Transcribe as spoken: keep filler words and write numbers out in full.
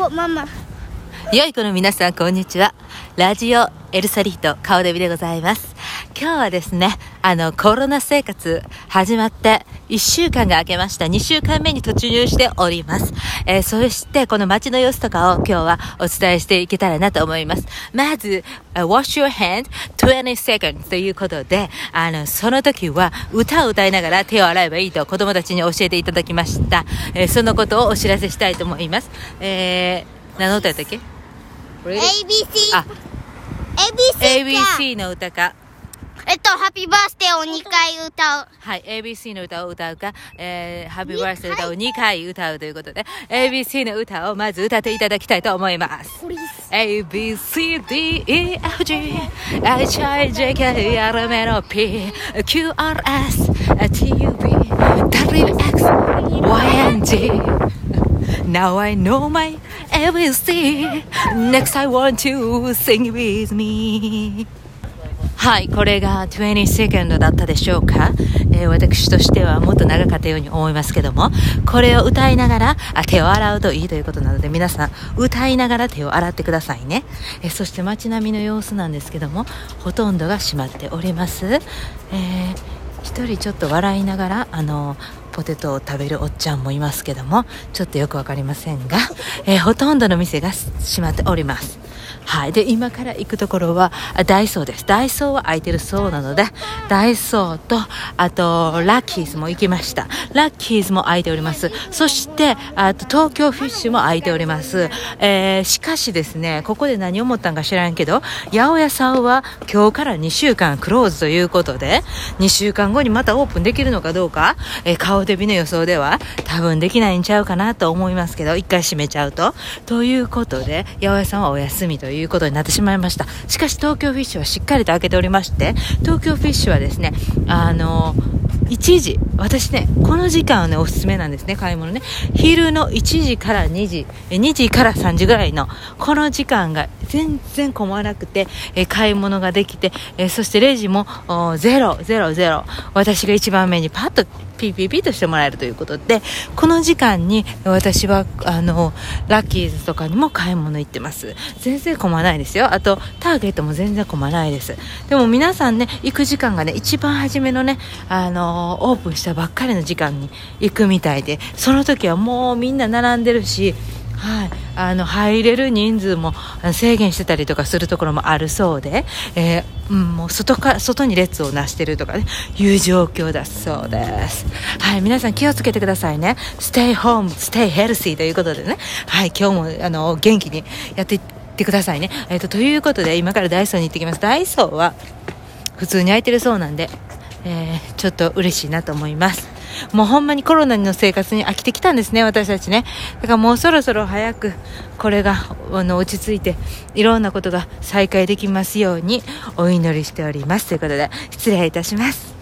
お、ママ。 良い子の皆さん、こんにちは。ラジオエルサリート顔デビでございます。今日はですね、あのコロナ生活始まっていっしゅうかんが明けました。にしゅうかんめに突入しております。えー、そしてこの街の様子とかを今日はお伝えしていけたらなと思います。まず、uh, wash your hand twenty seconds ということで、あのその時は歌を歌いながら手を洗えばいいと子供たちに教えていただきました。えー、そのことをお知らせしたいと思います。えー、何の歌やったっけ？ エービーシー。 あ、 エービーシーエービーシー の歌か。 えっと、ハッピーバースデーをにかい歌う。 はい、エービーシー の歌を歌うか、えー、ハッピーバースデー歌をにかい歌うということで、エービーシー の歌をまず歌っていただきたいと思います。A, B, C, D, E, F, G, H, I, J, K, L, M, N, O, P, Q, R, S, T, U, V, W, X, Y, and Z. Now I know my A B C. Next I want you sing with me. はい、これがにじゅうセカンドだったでしょうか。えー、私としてはもっと長かったように思いますけども、これを歌いながらあ手を洗うといいということなので、皆さん歌いながら手を洗ってくださいね。えー、そして街並みの様子なんですけども、ほとんどが閉まっております。えー、一人ちょっと笑いながらあのポテトを食べるおっちゃんもいますけども、ちょっとよくわかりませんが、えー、ほとんどの店が閉まっております。はい。で、今から行くところはダイソーです。ダイソーは空いてるそうなので、ダイソーと、あと、ラッキーズも行きました。ラッキーズも空いております。そして、あと、東京フィッシュも空いております。えー、しかしですね、ここで何を思ったんか知らんけど、八百屋さんは今日からにしゅうかんクローズということで、にしゅうかんごにまたオープンできるのかどうか、えー、顔デビの予想では多分できないんちゃうかなと思いますけど、一回閉めちゃうと。ということで、八百屋さんはお休みというということになってしまいました。しかし東京フィッシュはしっかりと開けておりまして、東京フィッシュはですね、あのいちじ、私ねこの時間はねおすすめなんですね。買い物ね、昼のいちじからにじ、にじからさんじぐらいのこの時間が全然混まなくて、え買い物ができて、えそしてレジもゼロゼロゼロ、私が一番目にパッとピーピーピーとしてもらえるということで、この時間に私はあのラッキーズとかにも買い物行ってます。全然混まないですよ。あとターゲットも全然混まないです。でも皆さんね、行く時間がね一番初めのねあのオープンしたばっかりの時間に行くみたいで、その時はもうみんな並んでるし、はい、あの入れる人数も制限してたりとかするところもあるそうで、えーうん、もう外か外に列をなしてるとかねいう状況だそうです。はい、皆さん気をつけてくださいね。 Stay home, stay healthy ということでね、はい、今日もあの元気にやっていってくださいね。えーと、ということで今からダイソーに行ってきます。ダイソーは普通に空いてるそうなんで、えー、ちょっと嬉しいなと思います。もうほんまにコロナの生活に飽きてきたんですね、私たちね。だからもうそろそろ早くこれがあの落ち着いていろんなことが再開できますようにお祈りしておりますということで、失礼いたします。